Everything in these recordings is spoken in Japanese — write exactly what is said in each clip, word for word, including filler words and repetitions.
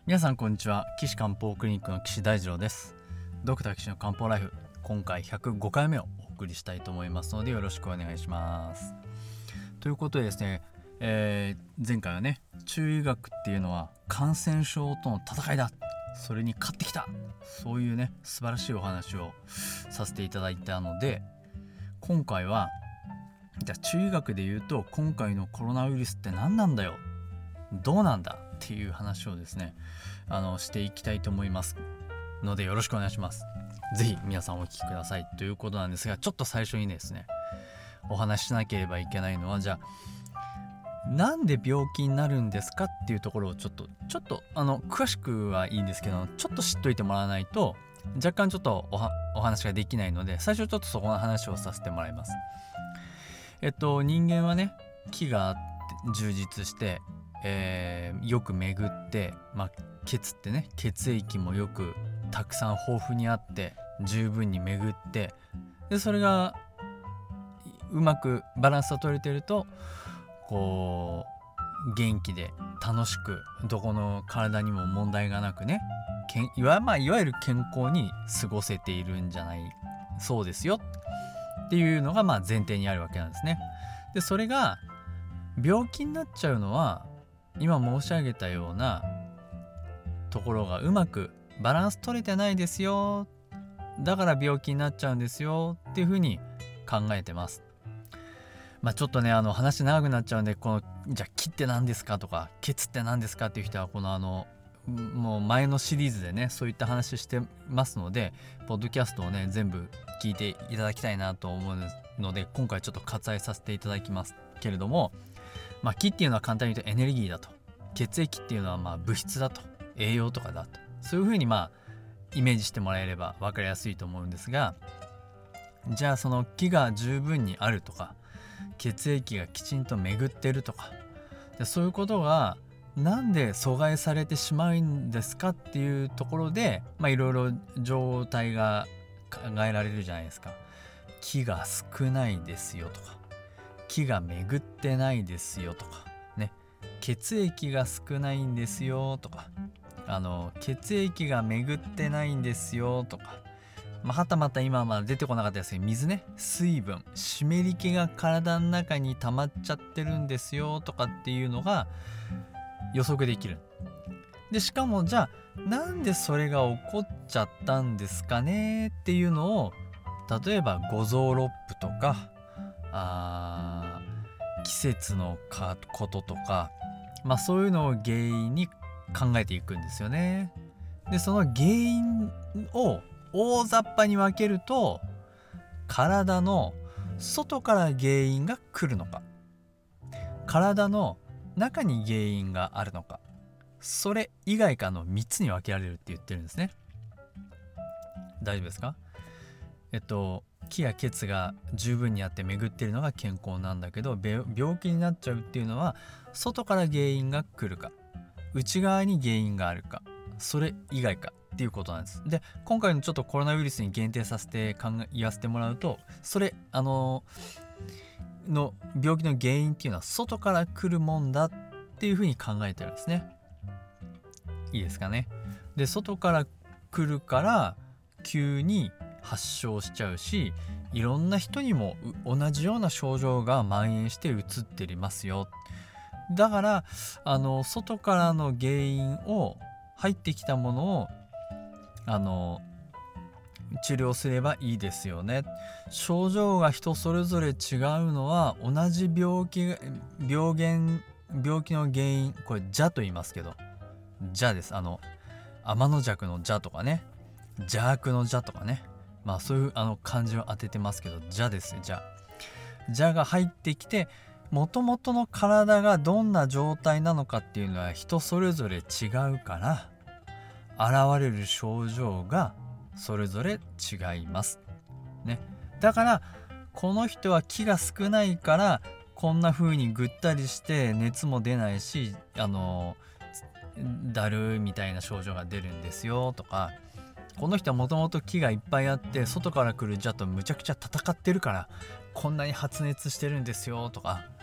皆さんこんにちは。岸漢方クリニックの岸大二郎です。ドクター岸の漢方ライフ、今回ひゃくごかいめをお送りしたいと思いますのでよろしくお願いします。ということでですね、えー、前回はね、中医学っていうのは感染症との戦いだ、それに勝ってきた、そういうね素晴らしいお話をさせていただいたので、今回はじゃあ中医学で言うと今回のコロナウイルスって何なんだよ、どうなんだっていう話をですねあのしていきたいと思いますのでよろしくお願いします。ぜひ皆さんお聞きくださいということなんですが、ちょっと最初にですねお話ししなければいけないのは、じゃあなんで病気になるんですかっていうところをちょっとちょっとあの詳しくはいいんですけど、ちょっと知っといてもらわないと若干ちょっと お, はお話ができないので、最初ちょっとそこの話をさせてもらいます。えっと人間はね、気があって充実して、えー、よく巡って、まあ、血ってね、血液もよくたくさん豊富にあって十分に巡って、でそれがうまくバランスが取れてるとこう元気で楽しく、どこの体にも問題がなくね、けんいわ、まあ、いわゆる健康に過ごせているんじゃないそうですよっていうのがまあ前提にあるわけなんですね。でそれが病気になっちゃうのは今申し上げたようなところがうまくバランス取れてないですよ、だから病気になっちゃうんですよっていうふうに考えてます。まあちょっとねあの話長くなっちゃうんで、このじゃあ気って何ですかとか血って何ですかっていう人はこのあのもう前のシリーズでねそういった話してますので、ポッドキャストをね全部聞いていただきたいなと思うので、今回ちょっと割愛させていただきますけれども、まあ、気っていうのは簡単に言うとエネルギーだと、血液っていうのはまあ物質だと、栄養とかだと、そういうふうにまあイメージしてもらえれば分かりやすいと思うんですが、じゃあその気が十分にあるとか血液がきちんと巡ってるとか、でそういうことがなんで阻害されてしまうんですかっていうところで、まあいろいろ状態が考えられるじゃないですか。気が少ないですよとか、気が巡ってないですよとかね、血液が少ないんですよとか、あの血液が巡ってないんですよとか、まあ、はたまた今はまだ出てこなかったですけど、水ね、水分、湿り気が体の中に溜まっちゃってるんですよとかっていうのが予測できる。でしかもじゃあなんでそれが起こっちゃったんですかねっていうのを、例えば五臓六腑とかあ季節のかこととか、まあそういうのを原因に考えていくんですよね。でその原因を大雑把に分けると、体の外から原因が来るのか、体の中に原因があるのか、それ以外かのみっつに分けられるって言ってるんですね。大丈夫ですか？えっと気や血が十分にあって巡っているのが健康なんだけど、病気になっちゃうっていうのは外から原因が来るか、内側に原因があるか、それ以外かっていうことなんです。で今回のちょっとコロナウイルスに限定させて考え言わせてもらうと、それあのの病気の原因っていうのは外から来るもんだっていうふうに考えてるんですね。いいですかね。で外から来るから急に発症しちゃうし、いろんな人にも同じような症状が蔓延してうつってますよ。だからあの外からの原因を入ってきたものをあの治療すればいいですよね。症状が人それぞれ違うのは同じ病気病原病気の原因、これ邪と言いますけど邪です。あの天の邪の邪とかね、邪悪の邪とかね、まあそういうあの漢字を当ててますけど邪ですよ。邪邪が入ってきて、もともとの体がどんな状態なのかっていうのは人それぞれ違うから、現れる症状がそれぞれ違いますね。だからこの人は気が少ないからこんな風にぐったりして熱も出ないし、あのだるいみたいな症状が出るんですよとか、この人はもともと気がいっぱいあって外から来る邪とむちゃくちゃ戦ってるからこんなに発熱してるんですよとか、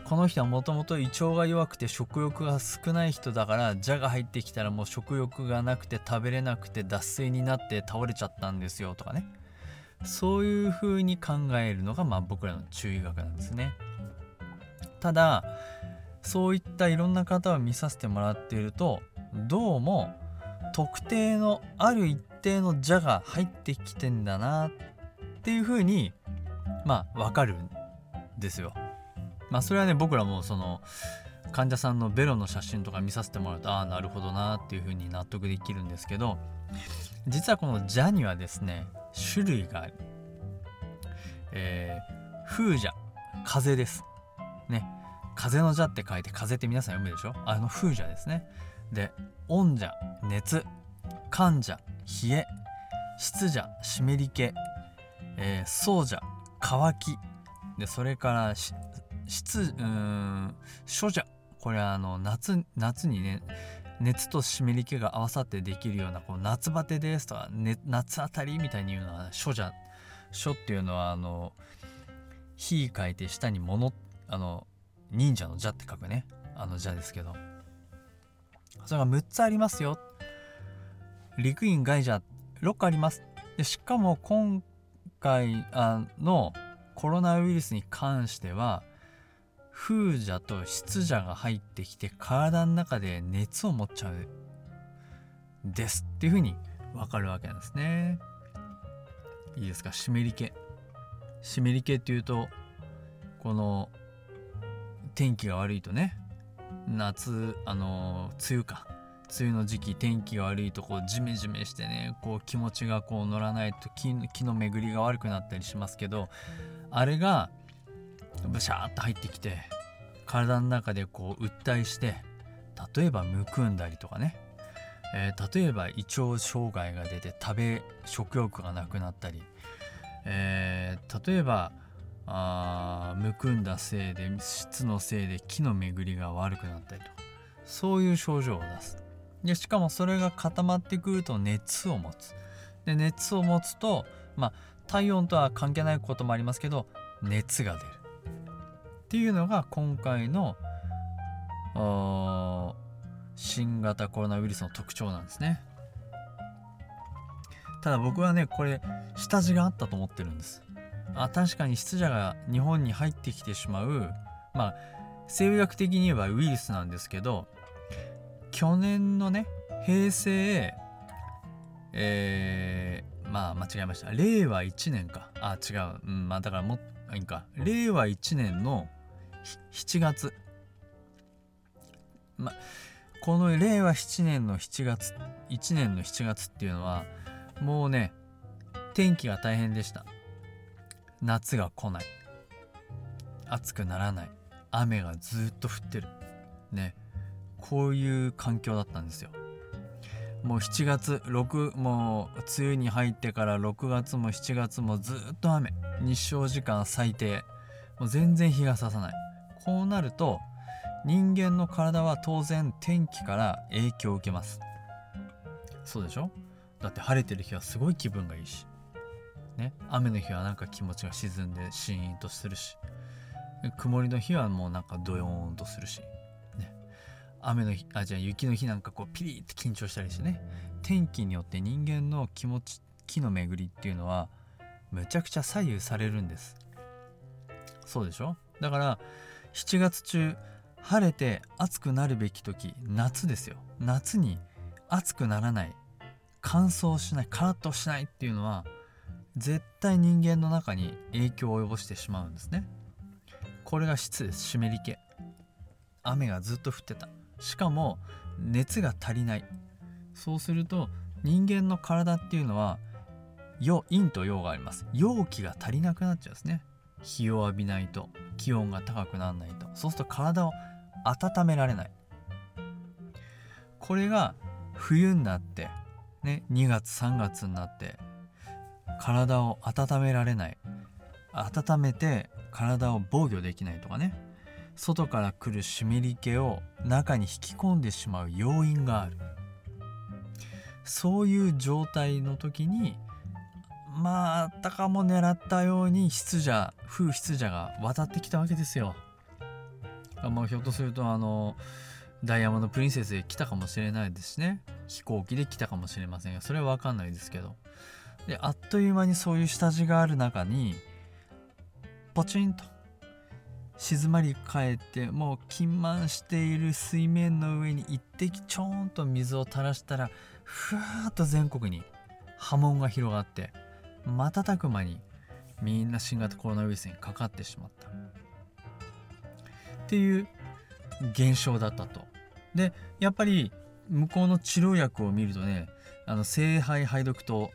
この人はもともと胃腸が弱くて食欲が少ない人だから、蛇が入ってきたらもう食欲がなくて食べれなくて脱水になって倒れちゃったんですよとかね、そういう風に考えるのがまあ僕らの中医学なんですね。ただそういったいろんな方を見させてもらっていると、どうも特定のある一定の蛇が入ってきてんだなっていう風にまあ分かるんですよ。まあそれはね、僕らもその患者さんのベロの写真とか見させてもらうと、ああなるほどなっていう風に納得できるんですけど、実はこの蛇にはですね種類がある。えー、風蛇、風ですね。風の蛇って書いて風って皆さん読むでしょ。あの風蛇ですね。で、温蛇、熱、寒蛇、冷え、湿蛇、湿り気、えー、燥蛇、乾きで、それからし湿うーん暑蛇、これはあの夏夏にね熱と湿り気が合わさってできるようなこう夏バテですとか、ね、夏あたりみたいに言うのは暑蛇。暑っていうのはあの火書いて下に物、あの忍者の蛇って書くね、あの蛇ですけど、それがむっつありますよ。陸院外蛇ろっこあります。でしかも今回あのコロナウイルスに関しては風蛇と湿蛇が入ってきて体の中で熱を持っちゃうですっていう風に分かるわけなんですね。いいですか。湿り気、湿り気っていうと、この天気が悪いとね、夏あの梅雨か梅雨の時期天気が悪いとこうジメジメしてね、こう気持ちがこう乗らないと 気, 気の巡りが悪くなったりしますけど、あれがブシャーッと入ってきて体の中でこう訴えして、例えばむくんだりとかね、えー、例えば胃腸障害が出て食べ食欲がなくなったり、えー、例えばあむくんだせいで湿のせいで気の巡りが悪くなったりとか、そういう症状を出す。でしかもそれが固まってくると熱を持つ。で熱を持つと、まあ体温とは関係ないこともありますけど熱が出るっていうのが今回の新型コロナウイルスの特徴なんですね。ただ僕はねこれ下地があったと思ってるんです。あ確かに湿蛇が日本に入ってきてしまう、まあ生理学的に言えばウイルスなんですけど、去年のね平成えー、まあ間違えました、れいわいちねんか、あ違う、うん、まあだからもういいか、れいわいちねんのしちがつ、まこのれいわななねんのしちがつ、いちねんのしちがつっていうのはもうね天気が大変でした。夏が来ない、暑くならない、雨がずっと降ってるね、こういう環境だったんですよ。もうしちがつろくもう梅雨に入ってからろくがつもしちがつもずっと雨、日照時間最低、もう全然日が差さない。こうなると人間の体は当然天気から影響を受けます。そうでしょ。だって晴れてる日はすごい気分がいいしね、雨の日はなんか気持ちが沈んでシーンとするし、曇りの日はもうなんかドヨーンとするし、ね、雨の日あじゃあ雪の日なんかこうピリッて緊張したりしてね、天気によって人間の気持ち気の巡りっていうのはむちゃくちゃ左右されるんです。そうでしょ。だからしちがつ中晴れて暑くなるべき時、夏ですよ。夏に暑くならない、乾燥しない、カラッとしないっていうのは絶対人間の中に影響を及ぼしてしまうんですね。これが湿です。湿り気、雨がずっと降ってた、しかも熱が足りない。そうすると人間の体っていうのは陰と陽があります。陽気が足りなくなっちゃうんですね。日を浴びないと、気温が高くならないと、そうすると体を温められない。これが冬になってね、にがつさんがつになって体を温められない、温めて体を防御できないとかね、外から来る湿り気を中に引き込んでしまう要因がある。そういう状態の時にまああたかも狙ったように湿蛇風湿蛇が渡ってきたわけですよ。 まあ、ひょっとするとあのダイヤモンドプリンセスで来たかもしれないですしね、飛行機で来たかもしれませんよ。それは分かんないですけど、であっという間にそういう下地がある中にポチンと静まり返って、もう金満している水面の上に一滴ちょーんと水を垂らしたら、ふわーっと全国に波紋が広がって、瞬く間にみんな新型コロナウイルスにかかってしまったっていう現象だったと。でやっぱり向こうの治療薬を見るとね、あの聖杯杯毒糖、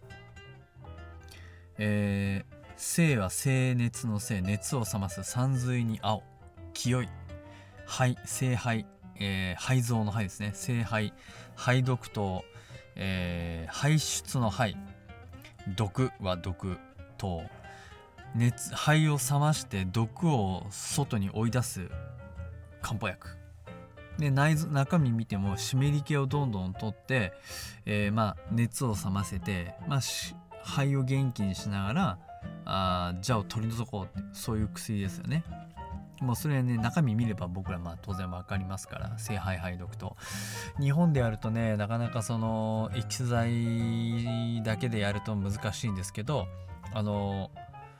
えー、聖は清熱の聖、熱を冷ます山水に青、清い肺、聖杯、えー、肺臓の肺ですね、聖杯肺毒糖、えー、排出の肺、毒は毒糖、熱、肺を冷まして毒を外に追い出す漢方薬で、内臓中身見ても湿り気をどんどん取って、えー、まあ熱を冷ませて、まあ、肺を元気にしながらあ蛇を取り除こうって、そういう薬ですよね。もうそれね、中身見れば僕らまあ当然わかりますから、聖杯杯毒と。日本でやるとね、なかなかそのエキス剤だけでやると難しいんですけど、あの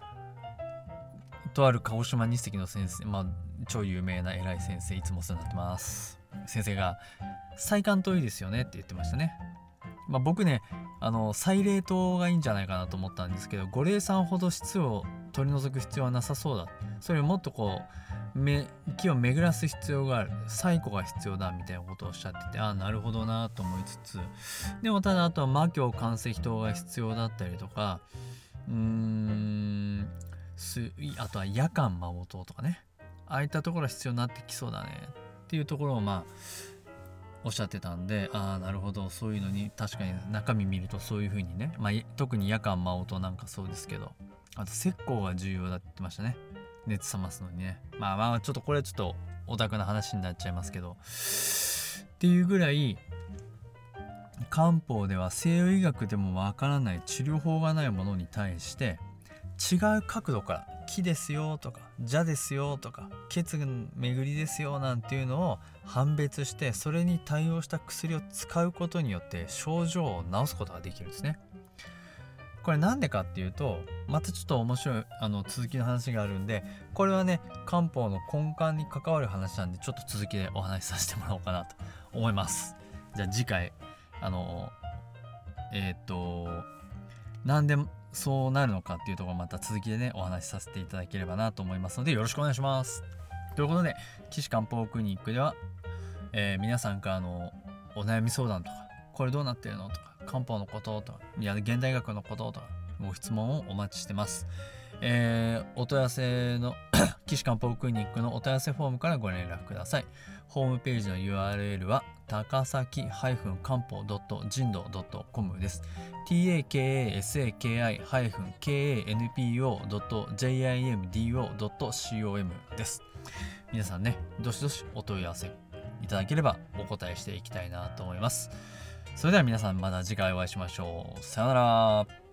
とある鹿児島日赤の先生、まあ超有名な偉い先生、いつもお世話になってます。先生が再寒糖いいですよねって言ってましたね。まあ、僕ね、あの再冷凍がいいんじゃないかなと思ったんですけど、五苓散ほど質を取り除く必要はなさそうだ。それをもっとこうめ木を巡らす必要がある、採固が必要だみたいなことをおっしゃってて、ああなるほどなと思いつつ、でもただあとは魔境間石糖が必要だったりとか、うーんあとは夜間魔王糖とかね、ああいったところは必要になってきそうだねっていうところをまあおっしゃってたんで、ああなるほど、そういうのに確かに中身見るとそういう風にね、まあ、特に夜間魔王糖なんかそうですけど、あと石膏が重要だって言ってましたね、熱冷ますのにね。まあまあちょっとこれちょっとオタクな話になっちゃいますけど、っていうぐらい漢方では西洋医学でもわからない治療法がないものに対して違う角度から木ですよとか蛇ですよとか血巡りですよなんていうのを判別して、それに対応した薬を使うことによって症状を治すことができるんですね。これなんでかっていうと、またちょっと面白いあの続きの話があるんで、これはね漢方の根幹に関わる話なんで、ちょっと続きでお話しさせてもらおうかなと思います。じゃあ次回あのえっ、ー、となんでそうなるのかっていうところをまた続きでねお話しさせていただければなと思いますので、よろしくお願いします。ということで、岸漢方クリニックでは、えー、皆さんからのお悩み相談とか、これどうなってるのとか、漢方のこととか、いや現代学のこととかご質問をお待ちしてます。えー、お問い合わせの岸漢方クリニックのお問い合わせフォームからご連絡ください。ホームページの ユーアールエル は高崎漢方 ジンド ドット コム です。タカサキ カンポ ドット ジンド ドット コム です。皆さんね、どしどしお問い合わせいただければお答えしていきたいなと思います。それでは皆さん、また次回お会いしましょう。さよなら。